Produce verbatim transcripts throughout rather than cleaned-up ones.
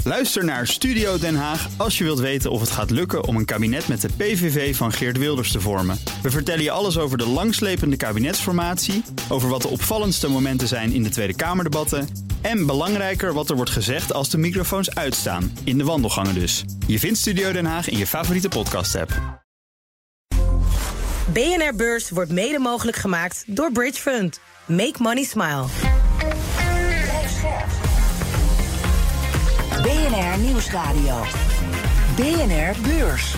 Luister naar Studio Den Haag als je wilt weten of het gaat lukken om een kabinet met de P V V van Geert Wilders te vormen. We vertellen je alles over de langslepende kabinetsformatie, over wat de opvallendste momenten zijn in de Tweede Kamerdebatten en belangrijker wat er wordt gezegd als de microfoons uitstaan, in de wandelgangen dus. Je vindt Studio Den Haag in je favoriete podcast-app. B N R Beurs wordt mede mogelijk gemaakt door Bridge Fund. Make money smile. B N R Nieuwsradio. B N R Beurs.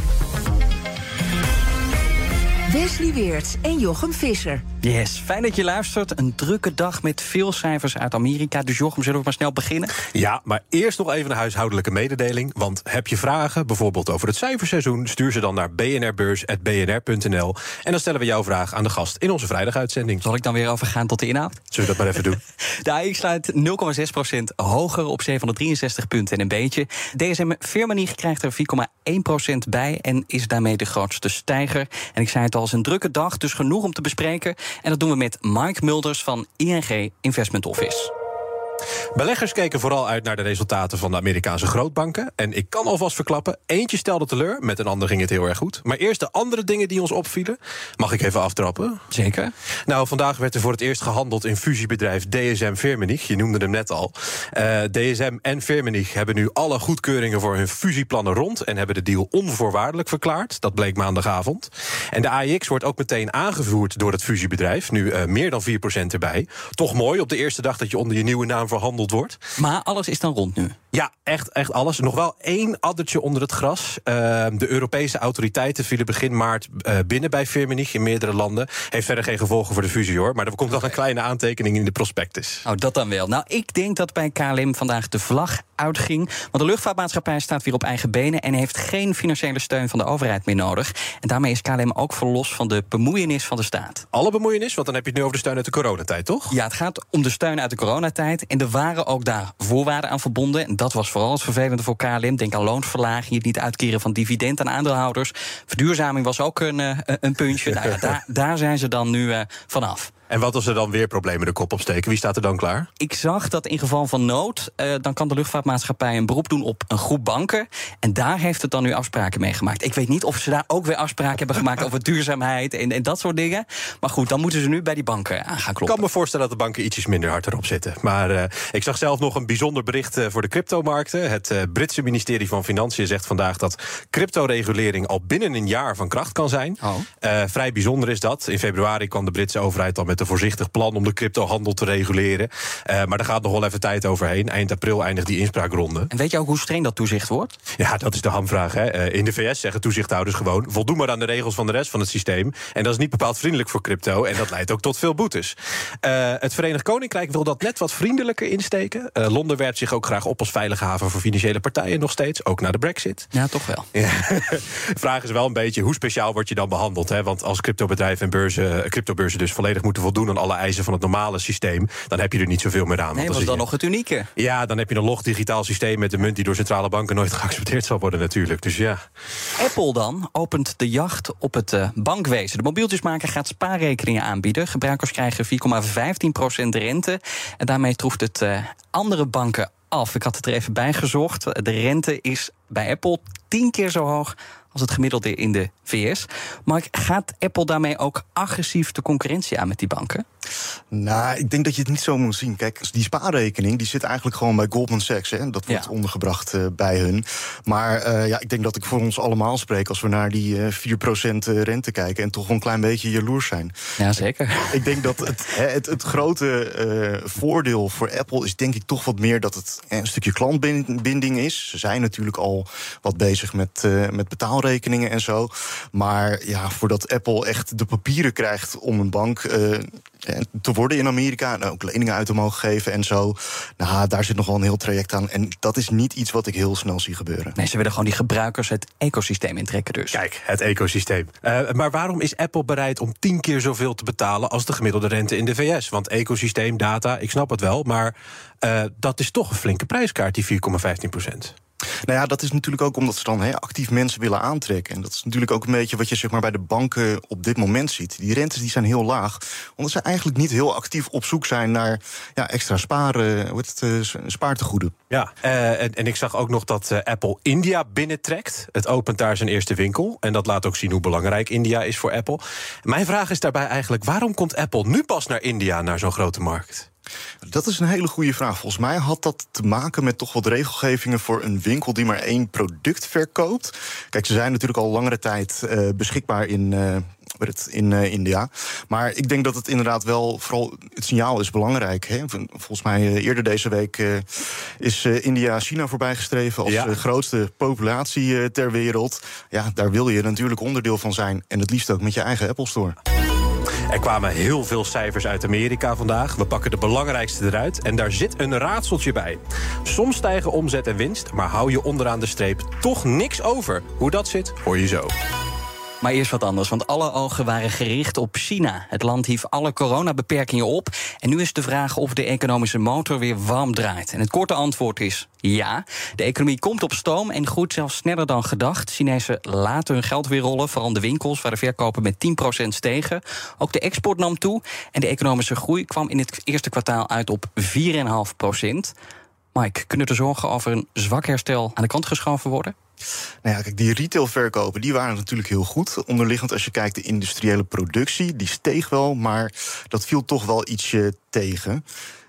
Wesley Weerts en Jochem Visser. Yes, fijn dat je luistert. Een drukke dag met veel cijfers uit Amerika. Dus Jochem, zullen we maar snel beginnen? Ja, maar eerst nog even een huishoudelijke mededeling. Want heb je vragen, bijvoorbeeld over het cijferseizoen, stuur ze dan naar b n r beurs punt b n r punt n l. En dan stellen we jouw vraag aan de gast in onze vrijdaguitzending. Zal ik dan weer overgaan tot de inhoud? Zullen we dat maar even doen? De A X sluit nul komma zes procent hoger op zevenhonderddrieënzestig punten en een beetje. D S M Firmenich krijgt er vier komma één procent bij en is daarmee de grootste stijger. En ik zei het al, is een drukke dag, dus genoeg om te bespreken. En dat doen we met Mike Mulders van I N G Investment Office. Beleggers keken vooral uit naar de resultaten van de Amerikaanse grootbanken. En ik kan alvast verklappen, eentje stelde teleur, met een ander ging het heel erg goed. Maar eerst de andere dingen die ons opvielen. Mag ik even aftrappen? Zeker. Nou, vandaag werd er voor het eerst gehandeld in fusiebedrijf D S M Firmenich. Je noemde hem net al. Uh, D S M en Firmenich hebben nu alle goedkeuringen voor hun fusieplannen rond en hebben de deal onvoorwaardelijk verklaard. Dat bleek maandagavond. En de A I X wordt ook meteen aangevoerd door het fusiebedrijf. Nu uh, meer dan vier procent erbij. Toch mooi op de eerste dag dat je onder je nieuwe naam verhandeld wordt. Maar alles is dan rond nu? Ja, echt, echt alles. Nog wel één addertje onder het gras. Uh, de Europese autoriteiten vielen begin maart uh, binnen bij Firmenich in meerdere landen. Heeft verder geen gevolgen voor de fusie, hoor. Maar er komt nog een kleine aantekening in de prospectus. Oh, dat dan wel. Nou, ik denk dat bij K L M vandaag de vlag uitging. Want de luchtvaartmaatschappij staat weer op eigen benen en heeft geen financiële steun van de overheid meer nodig. En daarmee is K L M ook verlost van de bemoeienis van de staat. Alle bemoeienis? Want dan heb je het nu over de steun uit de coronatijd, toch? Ja, het gaat om de steun uit de coronatijd. En er waren ook daar voorwaarden aan verbonden. En dat was vooral het vervelende voor K L M. Denk aan loonsverlaging, het niet uitkeren van dividend aan aandeelhouders. Verduurzaming was ook een, uh, een puntje. Nou ja, daar, daar zijn ze dan nu uh, vanaf. En wat als er dan weer problemen de kop opsteken? Wie staat er dan klaar? Ik zag dat in geval van nood, uh, dan kan de luchtvaartmaatschappij een beroep doen op een groep banken. En daar heeft het dan nu afspraken mee gemaakt. Ik weet niet of ze daar ook weer afspraken hebben gemaakt over duurzaamheid en, en dat soort dingen. Maar goed, dan moeten ze nu bij die banken aan gaan kloppen. Ik kan me voorstellen dat de banken ietsjes minder hard erop zitten. Maar uh, ik zag zelf nog een bijzonder bericht uh, voor de cryptomarkten. Het uh, Britse ministerie van Financiën zegt vandaag dat cryptoregulering al binnen een jaar van kracht kan zijn. Oh. Uh, vrij bijzonder is dat. In februari kwam de Britse overheid al met een voorzichtig plan om de cryptohandel te reguleren. Uh, maar daar gaat nog wel even tijd overheen. Eind april eindigt die inspraakronde. En weet je ook hoe streng dat toezicht wordt? Ja, dat is de hamvraag. Hè. Uh, in de V S zeggen toezichthouders gewoon: voldoen maar aan de regels van de rest van het systeem. En dat is niet bepaald vriendelijk voor crypto. En dat leidt ook tot veel boetes. Uh, het Verenigd Koninkrijk wil dat net wat vriendelijker insteken. Uh, Londen werpt zich ook graag op als veilige haven voor financiële partijen nog steeds. Ook na de Brexit. Ja, toch wel. Ja. De vraag is wel een beetje, hoe speciaal word je dan behandeld? Hè? Want als cryptobedrijven en beurzen, cryptobeurzen dus volledig moeten voldoen aan alle eisen van het normale systeem, dan heb je er niet zoveel meer aan. Nee, want was dan je... nog het unieke? Ja, dan heb je een log digitaal systeem met een munt die door centrale banken nooit geaccepteerd zal worden natuurlijk. Dus ja. Apple dan opent de jacht op het uh, bankwezen. De mobieltjesmaker gaat spaarrekeningen aanbieden. Gebruikers krijgen vier komma vijftien procent rente. En daarmee troeft het uh, andere banken af. Ik had het er even bij gezocht. De rente is bij Apple tien keer zo hoog als het gemiddelde in de V S. Maar gaat Apple daarmee ook agressief de concurrentie aan met die banken? Nou, ik denk dat je het niet zo moet zien. Kijk, die spaarrekening die zit eigenlijk gewoon bij Goldman Sachs. Hè? Dat wordt ja. ondergebracht uh, bij hun. Maar uh, ja, ik denk dat ik voor ons allemaal spreek als we naar die uh, vier procent rente kijken en toch wel een klein beetje jaloers zijn. Ja, zeker. Ik denk dat het, het, het grote uh, voordeel voor Apple is denk ik toch wat meer dat het een stukje klantbinding is. Ze zijn natuurlijk al wat bezig met, uh, met betaalrekeningen en zo. Maar ja, voordat Apple echt de papieren krijgt om een bank uh, te worden in Amerika en ook leningen uit te mogen geven en zo, nou, daar zit nog wel een heel traject aan. En dat is niet iets wat ik heel snel zie gebeuren. Nee, ze willen gewoon die gebruikers het ecosysteem intrekken dus. Kijk, het ecosysteem. Uh, maar waarom is Apple bereid om tien keer zoveel te betalen als de gemiddelde rente in de V S? Want ecosysteem, data, ik snap het wel, maar uh, dat is toch een flinke prijskaart, die vier komma vijftien procent. Nou ja, dat is natuurlijk ook omdat ze dan he, actief mensen willen aantrekken. En dat is natuurlijk ook een beetje wat je zeg maar, bij de banken op dit moment ziet. Die rentes die zijn heel laag, omdat ze eigenlijk niet heel actief op zoek zijn naar ja, extra sparen, hoe heet het, uh, spaartegoeden. Ja, uh, en, en ik zag ook nog dat uh, Apple India binnentrekt. Het opent daar zijn eerste winkel. En dat laat ook zien hoe belangrijk India is voor Apple. Mijn vraag is daarbij eigenlijk, waarom komt Apple nu pas naar India, naar zo'n grote markt? Dat is een hele goede vraag. Volgens mij had dat te maken met toch wat regelgevingen voor een winkel die maar één product verkoopt. Kijk, ze zijn natuurlijk al langere tijd uh, beschikbaar in, uh, in uh, India. Maar ik denk dat het inderdaad wel, vooral het signaal is belangrijk. Hè? Volgens mij uh, eerder deze week uh, is uh, India China voorbijgestreven als ja. uh, grootste populatie uh, ter wereld. Ja, daar wil je natuurlijk onderdeel van zijn. En het liefst ook met je eigen Apple Store. Er kwamen heel veel cijfers uit Amerika vandaag. We pakken de belangrijkste eruit. En daar zit een raadseltje bij. Soms stijgen omzet en winst, maar hou je onderaan de streep toch niks over. Hoe dat zit, hoor je zo. Maar eerst wat anders, want alle ogen waren gericht op China. Het land hief alle coronabeperkingen op. En nu is de vraag of de economische motor weer warm draait. En het korte antwoord is ja. De economie komt op stoom en groeit zelfs sneller dan gedacht. Chinezen laten hun geld weer rollen, vooral de winkels, waar de verkopen met tien procent stegen. Ook de export nam toe en de economische groei kwam in het eerste kwartaal uit op vier komma vijf procent. Mike, kunnen de zorgen over een zwak herstel aan de kant geschoven worden? Nou ja, kijk, die retailverkopen die waren natuurlijk heel goed. Onderliggend, als je kijkt, de industriële productie, die steeg wel, maar dat viel toch wel ietsje tegen.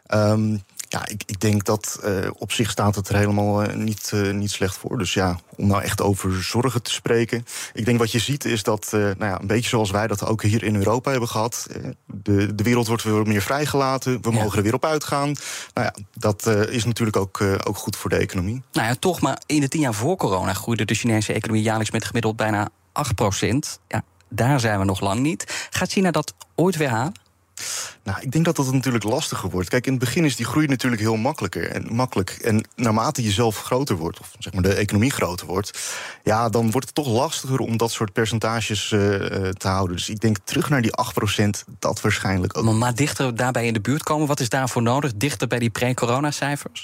Um, ja, ik, ik denk dat uh, op zich staat het er helemaal uh, niet, uh, niet slecht voor. Dus ja, om nou echt over zorgen te spreken. Ik denk wat je ziet is dat, uh, nou ja, een beetje zoals wij dat ook hier in Europa hebben gehad. Uh, de, de wereld wordt weer meer vrijgelaten. We ja. mogen er weer op uitgaan. Nou ja, dat uh, is natuurlijk ook, uh, ook goed voor de economie. Nou ja, toch, maar in de tien jaar voor corona groeide de Chinese economie jaarlijks met gemiddeld bijna acht procent. Ja, daar zijn we nog lang niet. Gaat China dat ooit weer halen? Nou, ik denk dat dat natuurlijk lastiger wordt. Kijk, in het begin is die groei natuurlijk heel makkelijker en makkelijk. En naarmate je zelf groter wordt, of zeg maar de economie groter wordt, ja, dan wordt het toch lastiger om dat soort percentages uh, te houden. Dus ik denk terug naar die acht procent, dat waarschijnlijk ook. Maar, maar dichter daarbij in de buurt komen, wat is daarvoor nodig? Dichter bij die pre-corona-cijfers?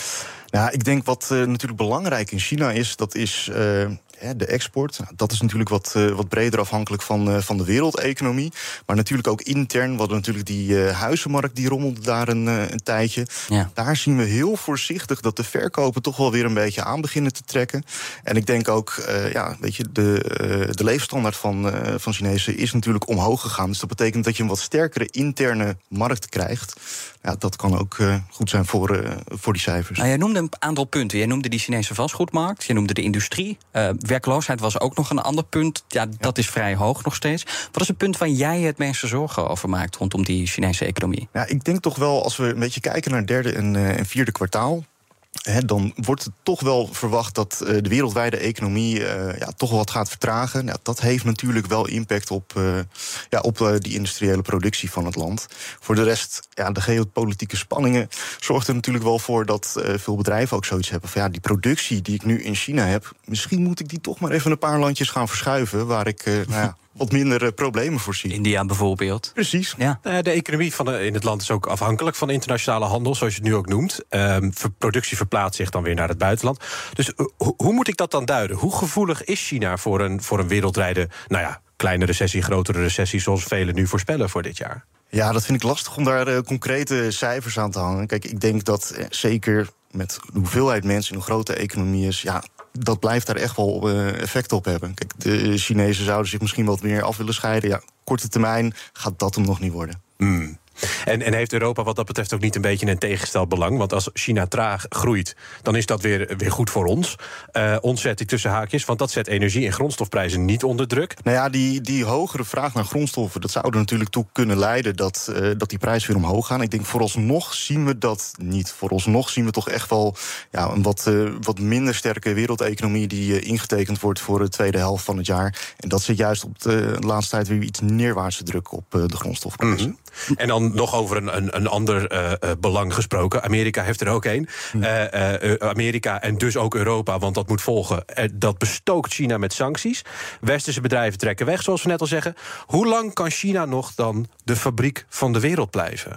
Ja, ik denk wat uh, natuurlijk belangrijk in China is, dat is uh, de export. Dat is natuurlijk wat, uh, wat breder afhankelijk van, uh, van de wereldeconomie. Maar natuurlijk ook intern. We hadden natuurlijk die uh, huizenmarkt, die rommelde daar een, uh, een tijdje. Ja. Daar zien we heel voorzichtig dat de verkopen toch wel weer een beetje aan beginnen te trekken. En ik denk ook, uh, ja, weet je, de, uh, de levensstandaard van, uh, van Chinezen is natuurlijk omhoog gegaan. Dus dat betekent dat je een wat sterkere interne markt krijgt. Ja, dat kan ook uh, goed zijn voor, uh, voor die cijfers. Nou, jij noemde een aantal punten. Jij noemde die Chinese vastgoedmarkt, jij noemde de industrie. Uh, werkloosheid was ook nog een ander punt. Ja, dat ja. is vrij hoog nog steeds. Wat is het punt waar jij het meeste zorgen over maakt rondom die Chinese economie? Ja, ik denk toch wel, als we een beetje kijken naar het derde en, uh, en vierde kwartaal, He, dan wordt het toch wel verwacht dat uh, de wereldwijde economie uh, ja, toch wel wat gaat vertragen. Nou, dat heeft natuurlijk wel impact op, uh, ja, op uh, die industriële productie van het land. Voor de rest, ja, de geopolitieke spanningen zorgt er natuurlijk wel voor dat uh, veel bedrijven ook zoiets hebben van ja, die productie die ik nu in China heb, misschien moet ik die toch maar even een paar landjes gaan verschuiven waar ik uh, nou ja, wat minder uh, problemen voor zie. India bijvoorbeeld. Precies. Ja. Uh, de economie van de, in het land is ook afhankelijk van internationale handel, zoals je het nu ook noemt. Uh, productie verplaatst zich dan weer naar het buitenland. Dus uh, ho- hoe moet ik dat dan duiden? Hoe gevoelig is China voor een, voor een wereldwijde, nou ja, kleine recessie, grotere recessie, zoals velen nu voorspellen voor dit jaar? Ja, dat vind ik lastig om daar uh, concrete cijfers aan te hangen. Kijk, ik denk dat uh, zeker met de hoeveelheid mensen in een grote economie is, ja, dat blijft daar echt wel uh, effect op hebben. Kijk, de Chinezen zouden zich misschien wat meer af willen scheiden. Ja, korte termijn gaat dat hem nog niet worden. Mm. En, en heeft Europa wat dat betreft ook niet een beetje een tegengesteld belang? Want als China traag groeit, dan is dat weer, weer goed voor ons. Uh, ons zet ik tussen haakjes, want dat zet energie- en grondstofprijzen niet onder druk. Nou ja, die, die hogere vraag naar grondstoffen, dat zou er natuurlijk toe kunnen leiden dat, uh, dat die prijzen weer omhoog gaan. Ik denk vooralsnog zien we dat niet. Vooralsnog zien we toch echt wel ja, een wat, uh, wat minder sterke wereldeconomie die uh, ingetekend wordt voor de tweede helft van het jaar. En dat zit juist op de, de laatste tijd weer iets neerwaartse druk op uh, de grondstofprijzen. Mm-hmm. En dan nog over een, een, een ander uh, uh, belang gesproken. Amerika heeft er ook een. Uh, uh, Amerika en dus ook Europa, want dat moet volgen. Uh, dat bestookt China met sancties. Westerse bedrijven trekken weg, zoals we net al zeggen. Hoe lang kan China nog dan de fabriek van de wereld blijven?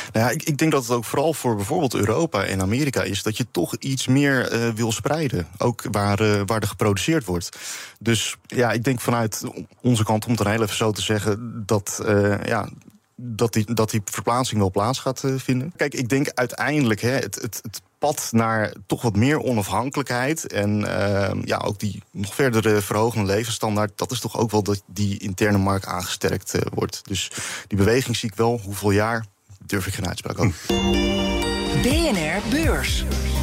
Nou ja, ik, ik denk dat het ook vooral voor bijvoorbeeld Europa en Amerika is dat je toch iets meer uh, wil spreiden. Ook waar, uh, waar er geproduceerd wordt. Dus ja, ik denk vanuit onze kant, om het dan heel even zo te zeggen, dat uh, ja. Dat die, dat die verplaatsing wel plaats gaat uh, vinden. Kijk, ik denk uiteindelijk hè, het, het, het pad naar toch wat meer onafhankelijkheid en uh, ja, ook die nog verdere verhogende levensstandaard, dat is toch ook wel dat die interne markt aangesterkt uh, wordt. Dus die beweging zie ik wel. Hoeveel jaar, durf ik geen uitspraak over. B N R Beurs.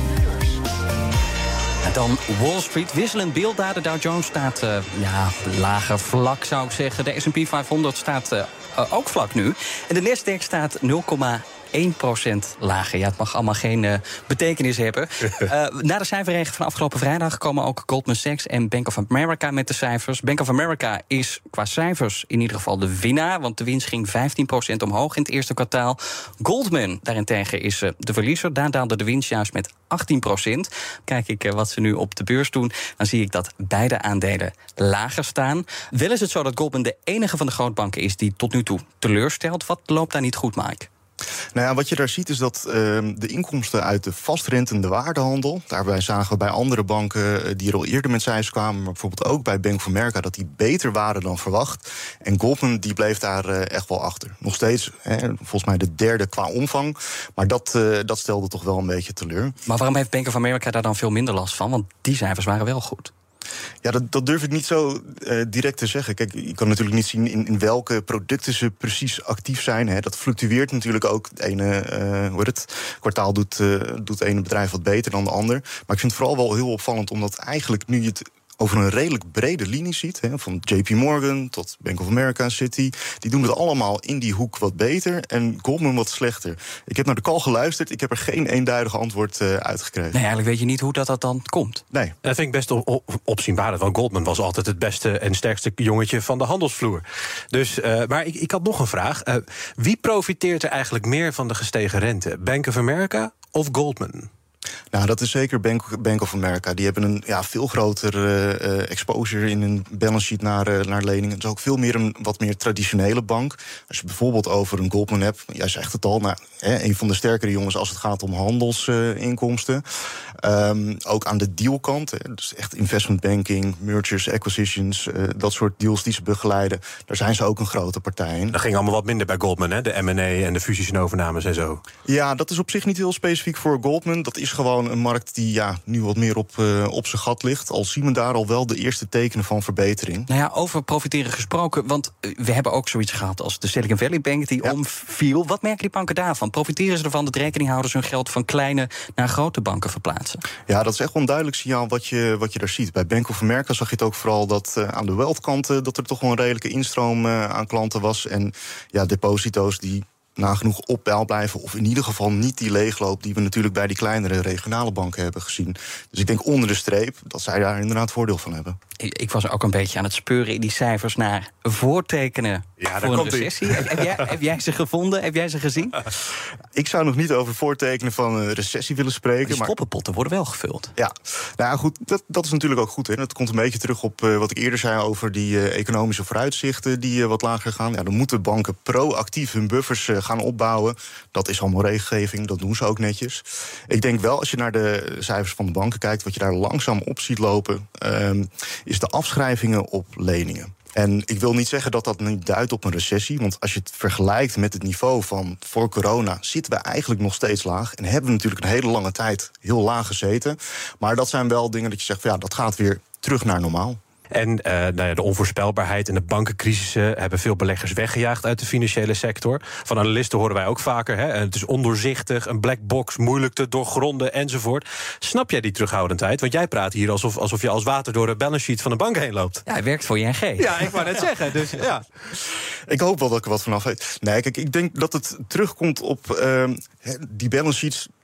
En dan Wall Street, wisselend beeld daar. De Dow Jones staat uh, ja, lager vlak, zou ik zeggen. De S en P vijfhonderd staat uh, uh, ook vlak nu. En de Nasdaq staat nul komma één procent lager. Ja, het mag allemaal geen uh, betekenis hebben. Uh, na de cijferregen van afgelopen vrijdag komen ook Goldman Sachs en Bank of America met de cijfers. Bank of America is qua cijfers in ieder geval de winnaar, want de winst ging vijftien procent omhoog in het eerste kwartaal. Goldman daarentegen is uh, de verliezer. Daar daalde de winst juist met achttien procent. Kijk ik uh, wat ze nu op de beurs doen, dan zie ik dat beide aandelen lager staan. Wel is het zo dat Goldman de enige van de grootbanken is die tot nu toe teleurstelt. Wat loopt daar niet goed, Mike? Nou ja, wat je daar ziet is dat uh, de inkomsten uit de vastrentende waardehandel, daarbij zagen we bij andere banken die er al eerder met cijfers kwamen, maar bijvoorbeeld ook bij Bank of America, dat die beter waren dan verwacht. En Goldman die bleef daar uh, echt wel achter. Nog steeds, hè, volgens mij de derde qua omvang, maar dat, uh, dat stelde toch wel een beetje teleur. Maar waarom heeft Bank of America daar dan veel minder last van? Want die cijfers waren wel goed. Ja, dat, dat durf ik niet zo uh, direct te zeggen. Kijk, je kan natuurlijk niet zien in, in welke producten ze precies actief zijn. Hè. Dat fluctueert natuurlijk ook. Het ene uh, hoe het, kwartaal doet, uh, doet het ene bedrijf wat beter dan de ander. Maar ik vind het vooral wel heel opvallend, omdat eigenlijk nu je het over een redelijk brede linie ziet, hè, van J P Morgan tot Bank of America, Citi, die doen het allemaal in die hoek wat beter en Goldman wat slechter. Ik heb naar de call geluisterd, ik heb er geen eenduidig antwoord uh, uitgekregen. Nee, eigenlijk weet je niet hoe dat, dat dan komt. Nee. Dat vind ik best op, op, opzienbaar, want Goldman was altijd het beste en sterkste jongetje van de handelsvloer. Dus, uh, maar ik, ik had nog een vraag. Uh, wie profiteert er eigenlijk meer van de gestegen rente? Bank of America of Goldman? Nou, dat is zeker Bank, Bank of America. Die hebben een ja, veel grotere uh, exposure in hun balance sheet naar, uh, naar leningen. Het is ook veel meer een wat meer traditionele bank. Als je bijvoorbeeld over een Goldman hebt, jij zegt het al, nou, hè, een van de sterkere jongens als het gaat om handelsinkomsten. Uh, um, ook aan de dealkant, hè, dus echt investment banking, mergers, acquisitions, uh, dat soort deals die ze begeleiden. Daar zijn ze ook een grote partij in. Dat ging allemaal wat minder bij Goldman, hè? De M en A en de fusies en overnames en zo. Ja, dat is op zich niet heel specifiek voor Goldman. Dat is gewoon een markt die ja, nu wat meer op, uh, op zijn gat ligt. Al zien we daar al wel de eerste tekenen van verbetering. Nou ja, over profiteren gesproken, want we hebben ook zoiets gehad als de Silicon Valley Bank die ja. omviel. Wat merken die banken daarvan? Profiteren ze ervan dat rekeninghouders hun geld van kleine naar grote banken verplaatsen? Ja, dat is echt wel een duidelijk signaal wat je, wat je daar ziet. Bij Bank of America zag je het ook vooral dat uh, aan de wealth-kant uh, dat er toch wel een redelijke instroom uh, aan klanten was. En ja, deposito's die nagenoeg op peil blijven, of in ieder geval niet die leegloop die we natuurlijk bij die kleinere regionale banken hebben gezien. Dus ik denk onder de streep dat zij daar inderdaad voordeel van hebben. Ik, ik was ook een beetje aan het speuren in die cijfers naar voortekenen ja, voor een recessie. Heb, heb, jij, heb jij ze gevonden? Heb jij ze gezien? Ik zou nog niet over voortekenen van een recessie willen spreken. Die stoppenpotten worden wel gevuld. Ja, nou ja, goed, dat, dat is natuurlijk ook goed. Hè. Dat komt een beetje terug op uh, wat ik eerder zei over die uh, economische vooruitzichten die uh, wat lager gaan. Ja, dan moeten banken proactief hun buffers uh, gaan opbouwen. Dat is allemaal regelgeving, dat doen ze ook netjes. Ik denk wel, als je naar de cijfers van de banken kijkt, wat je daar langzaam op ziet lopen, um, is de afschrijvingen op leningen. En ik wil niet zeggen dat dat niet duidt op een recessie, want als je het vergelijkt met het niveau van voor corona, zitten we eigenlijk nog steeds laag. En hebben we natuurlijk een hele lange tijd heel laag gezeten. Maar dat zijn wel dingen dat je zegt van ja, dat gaat weer terug naar normaal. En uh, nou ja, de onvoorspelbaarheid en de bankencrisissen hebben veel beleggers weggejaagd uit de financiële sector. Van analisten horen wij ook vaker. Hè? Het is ondoorzichtig, een black box, moeilijk te doorgronden enzovoort. Snap jij die terughoudendheid? Want jij praat hier alsof, alsof je als water door de balance sheet van de bank heen loopt. Ja, hij werkt voor I N G. Ja, ik wou net zeggen. Dus, ja. Ik hoop wel dat ik er wat vanaf weet. Nee, kijk, ik denk dat het terugkomt op uh, die balance sheets.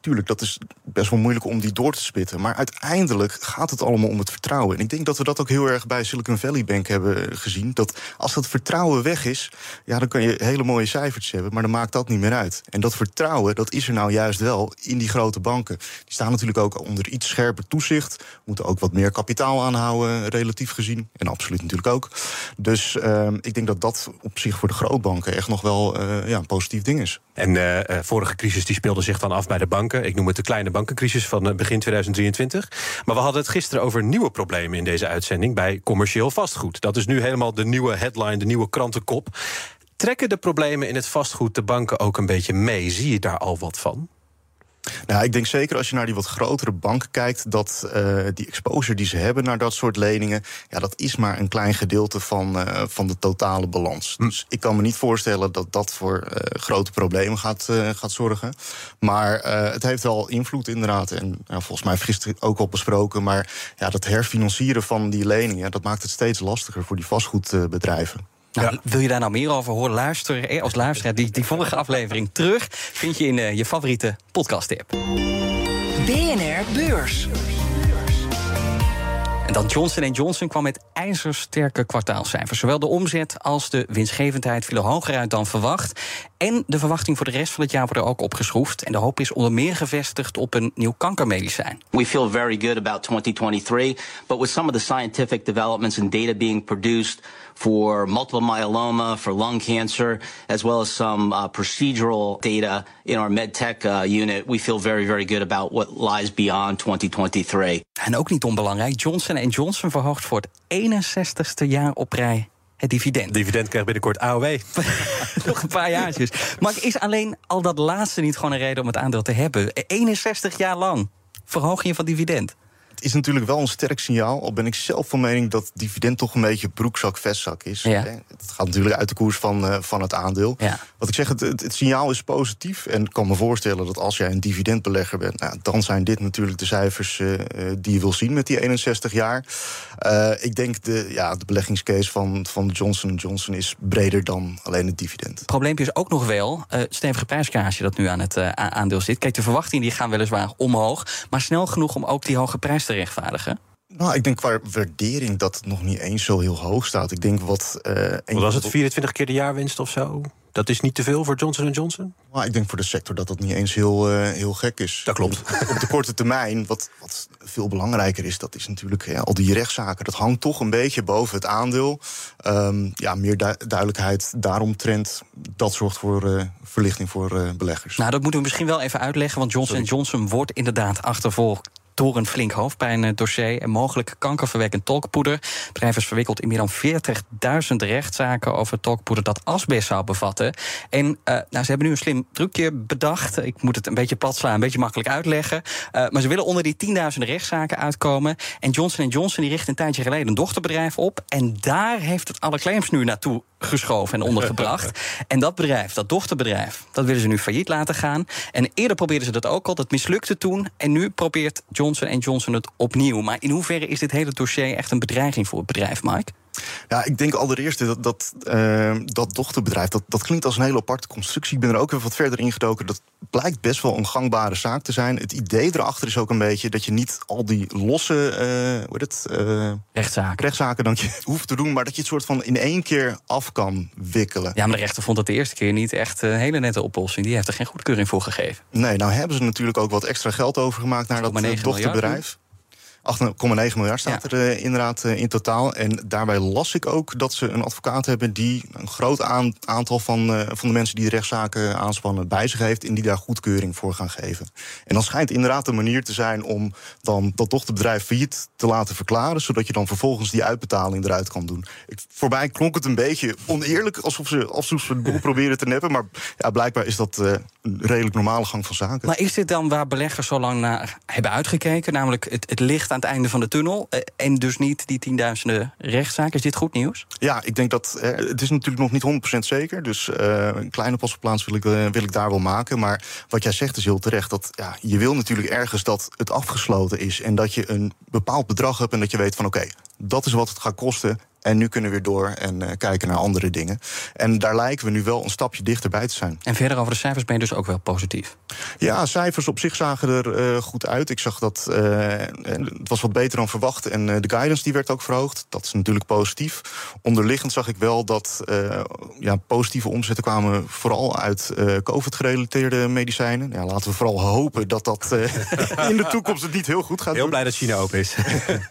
tuurlijk, dat is best wel moeilijk om die door te spitten. Maar uiteindelijk gaat het allemaal om het vertrouwen. En ik denk dat we dat ook heel erg bij Silicon Valley Bank hebben gezien. Dat als dat vertrouwen weg is, ja, dan kan je hele mooie cijfers hebben, maar dan maakt dat niet meer uit. En dat vertrouwen, dat is er nou juist wel in die grote banken. Die staan natuurlijk ook onder iets scherper toezicht, moeten ook wat meer kapitaal aanhouden, relatief gezien. En absoluut natuurlijk ook. Dus uh, ik denk dat dat op zich voor de grootbanken echt nog wel uh, ja, een positief ding is. En de uh, vorige crisis die speelde zich dan af bij de banken. Ik noem het de kleine bankencrisis van uh, begin tweeduizend drieëntwintig. Maar we hadden het gisteren over nieuwe problemen in deze uitzending bij commercieel vastgoed. Dat is nu helemaal de nieuwe headline, de nieuwe krantenkop. Trekken de problemen in het vastgoed de banken ook een beetje mee? Zie je daar al wat van? Nou, ik denk zeker als je naar die wat grotere banken kijkt, dat uh, die exposure die ze hebben naar dat soort leningen, ja, dat is maar een klein gedeelte van, uh, van de totale balans. Hm. Dus ik kan me niet voorstellen dat dat voor uh, grote problemen gaat, uh, gaat zorgen. Maar uh, het heeft wel invloed inderdaad. En ja, volgens mij gisteren ook al besproken. Maar ja, dat herfinancieren van die leningen, ja, dat maakt het steeds lastiger voor die vastgoedbedrijven. Nou, Ja. Wil je daar nou meer over horen? Luister eh, als luisteraar die, die vorige aflevering terug. Vind je in uh, je favoriete podcast-app. B N R Beurs. En dan Johnson en Johnson kwam met ijzersterke kwartaalcijfers. Zowel de omzet als de winstgevendheid vielen hoger uit dan verwacht. En de verwachting voor de rest van het jaar wordt er ook opgeschroefd. En de hoop is onder meer gevestigd op een nieuw kankermedicijn. We feel very good about twenty twenty-three, but with some of the scientific developments and data being produced for multiple myeloma, for lung cancer, as well as some uh, procedural data in our medtech uh, unit, we feel very, very good about what lies beyond twenty twenty-three. En ook niet onbelangrijk, Johnson en Johnson verhoogt voor het eenenzestigste jaar op rij het dividend. Dividend krijgt binnenkort A O W. Nog een paar jaartjes. Maar is alleen al dat laatste niet gewoon een reden om het aandeel te hebben? eenenzestig jaar lang verhoging van dividend. Het is natuurlijk wel een sterk signaal. Al ben ik zelf van mening dat dividend toch een beetje broekzak-vestzak is. Ja. Het gaat natuurlijk uit de koers van, uh, van het aandeel. Ja. Wat ik zeg, het, het, het signaal is positief. En ik kan me voorstellen dat als jij een dividendbelegger bent, nou, dan zijn dit natuurlijk de cijfers uh, die je wil zien met die eenenzestig jaar. Uh, ik denk de, ja, de beleggingscase van, van Johnson en Johnson is breder dan alleen het dividend. Het probleempje is ook nog wel uh, stevige prijskaartje dat nu aan het uh, aandeel zit. Kijk, de verwachtingen die gaan weliswaar omhoog, maar snel genoeg om ook die hoge prijs te rechtvaardigen. Nou, ik denk qua waardering dat het nog niet eens zo heel hoog staat. Ik denk wat... Uh, Wat was het, vierentwintig keer de jaarwinst of zo? Dat is niet te veel voor Johnson en Johnson? Nou, ik denk voor de sector dat dat niet eens heel, uh, heel gek is. Dat klopt. Op de korte termijn, wat, wat veel belangrijker is, dat is natuurlijk ja, al die rechtszaken. Dat hangt toch een beetje boven het aandeel. Um, ja, meer du- duidelijkheid daaromtrent, dat zorgt voor uh, verlichting voor uh, beleggers. Nou, dat moeten we misschien wel even uitleggen, want Johnson en Johnson wordt inderdaad achtervolgd door een flink hoofdpijndossier en mogelijk kankerverwekkend talkpoeder. Het bedrijf is verwikkeld in meer dan veertigduizend rechtszaken over talkpoeder dat asbest zou bevatten. En uh, nou, ze hebben nu een slim trucje bedacht. Ik moet het een beetje plat slaan, een beetje makkelijk uitleggen. Uh, maar ze willen onder die tienduizenden rechtszaken uitkomen. En Johnson en Johnson die richt een tijdje geleden een dochterbedrijf op. En daar heeft het alle claims nu naartoe geschoven en ondergebracht. En dat bedrijf, dat dochterbedrijf, dat willen ze nu failliet laten gaan. En eerder probeerden ze dat ook al, dat mislukte toen. En nu probeert Johnson en Johnson het opnieuw. Maar in hoeverre is dit hele dossier echt een bedreiging voor het bedrijf, Mike? Ja, ik denk allereerst dat dat, uh, dat dochterbedrijf, dat, dat klinkt als een hele aparte constructie. Ik ben er ook even wat verder ingedoken. Dat blijkt best wel een gangbare zaak te zijn. Het idee erachter is ook een beetje dat je niet al die losse uh, hoe heet het, uh, rechtszaken. rechtszaken dan je hoeft te doen, maar dat je het soort van in één keer af kan wikkelen. Ja, maar de rechter vond dat de eerste keer niet echt een hele nette oplossing. Die heeft er geen goedkeuring voor gegeven. Nee, nou hebben ze natuurlijk ook wat extra geld overgemaakt naar dat uh, dochterbedrijf. acht komma negen miljard staat ja. er uh, inderdaad uh, in totaal. En daarbij las ik ook dat ze een advocaat hebben die een groot aan, aantal van, uh, van de mensen die de rechtszaken aanspannen bij zich heeft en die daar goedkeuring voor gaan geven. En dan schijnt inderdaad de manier te zijn om dan dat dochterbedrijf failliet te laten verklaren, zodat je dan vervolgens die uitbetaling eruit kan doen. Ik, voorbij klonk het een beetje oneerlijk, alsof ze, alsof ze het boel proberen te neppen, maar ja, blijkbaar is dat uh, een redelijk normale gang van zaken. Maar is dit dan waar beleggers zo lang naar hebben uitgekeken, namelijk het, het licht aan het einde van de tunnel en dus niet die tienduizenden rechtszaken? Is dit goed nieuws? Ja, ik denk dat eh, het is natuurlijk nog niet honderd procent zeker. Dus uh, een kleine pas op plaats wil ik, uh, wil ik daar wel maken. Maar wat jij zegt is heel terecht. Dat, ja, je wil natuurlijk ergens dat het afgesloten is en dat je een bepaald bedrag hebt en dat je weet van oké, okay, dat is wat het gaat kosten. En nu kunnen we weer door en uh, kijken naar andere dingen. En daar lijken we nu wel een stapje dichterbij te zijn. En verder over de cijfers ben je dus ook wel positief? Ja, cijfers op zich zagen er uh, goed uit. Ik zag dat uh, het was wat beter dan verwacht. En uh, de guidance die werd ook verhoogd. Dat is natuurlijk positief. Onderliggend zag ik wel dat uh, ja, positieve omzetten kwamen vooral uit uh, COVID-gerelateerde medicijnen. Ja, laten we vooral hopen dat dat uh, in de toekomst het niet heel goed gaat Heel doen. blij dat China open is.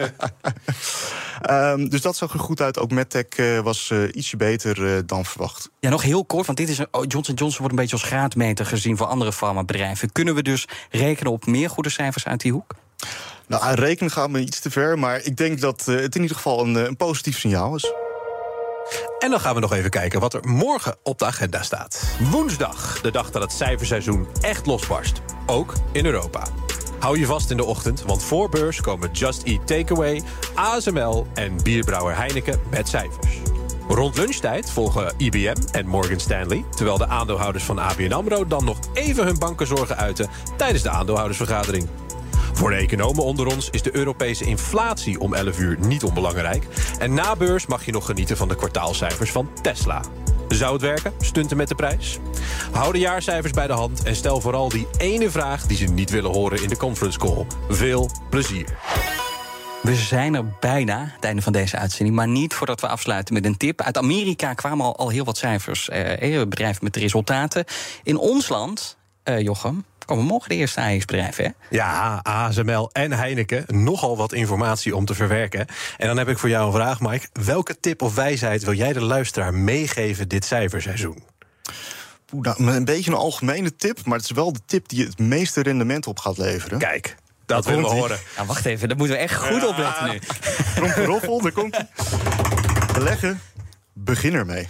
um, dus dat zag er goed uit. Ook MedTech uh, was uh, ietsje beter uh, dan verwacht. Ja, nog heel kort, want dit is een, oh, Johnson en Johnson wordt een beetje als graadmeter gezien voor andere farmabedrijven. Kunnen we dus rekenen op meer goede cijfers uit die hoek? Nou, aan rekenen gaat me iets te ver, maar ik denk dat uh, het in ieder geval een, een positief signaal is. En dan gaan we nog even kijken wat er morgen op de agenda staat. Woensdag, de dag dat het cijferseizoen echt losbarst. Ook in Europa. Hou je vast in de ochtend, want voor beurs komen Just Eat Takeaway, A S M L en bierbrouwer Heineken met cijfers. Rond lunchtijd volgen I B M en Morgan Stanley, terwijl de aandeelhouders van A B N AMRO dan nog even hun bankenzorgen uiten tijdens de aandeelhoudersvergadering. Voor de economen onder ons is de Europese inflatie om elf uur niet onbelangrijk. En na beurs mag je nog genieten van de kwartaalcijfers van Tesla. Zou het werken? Stunten met de prijs? Hou de jaarcijfers bij de hand en stel vooral die ene vraag die ze niet willen horen in de conference call. Veel plezier. We zijn er bijna, het einde van deze uitzending, maar niet voordat we afsluiten met een tip. Uit Amerika kwamen al, al heel wat cijfers, eh, bedrijven met de resultaten. In ons land, eh, Jochem, komen morgen de eerste A X-bedrijven, hè? Ja, A S M L en Heineken. Nogal wat informatie om te verwerken. En dan heb ik voor jou een vraag, Mike. Welke tip of wijsheid wil jij de luisteraar meegeven dit cijferseizoen? Oeh, nou, een beetje een algemene tip, maar het is wel de tip die het meeste rendement op gaat leveren. Kijk, dat willen we horen. Nou, wacht even, daar moeten we echt goed op letten nu. Tromperoffel, daar komt hij. Beleggen, begin ermee.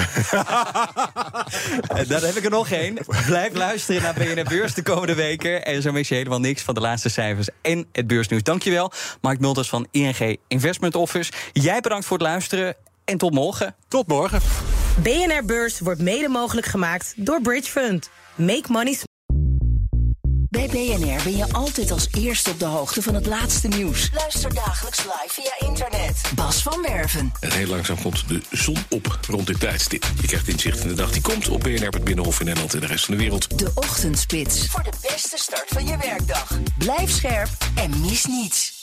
En dan heb ik er nog één. Blijf luisteren naar B N R Beurs de komende weken. En zo mis je helemaal niks van de laatste cijfers en het beursnieuws. Dankjewel, Mark Multers van I N G Investment Office. Jij bedankt voor het luisteren en tot morgen. Tot morgen. B N R Beurs wordt mede mogelijk gemaakt door Bridge Fund. Make money. Bij B N R ben je altijd als eerste op de hoogte van het laatste nieuws. Luister dagelijks live via internet. Bas van Werven. En heel langzaam komt de zon op rond dit tijdstip. Je krijgt inzicht in de dag die komt op B N R, het Binnenhof in Nederland en de rest van de wereld. De Ochtendspits. Voor de beste start van je werkdag. Blijf scherp en mis niets.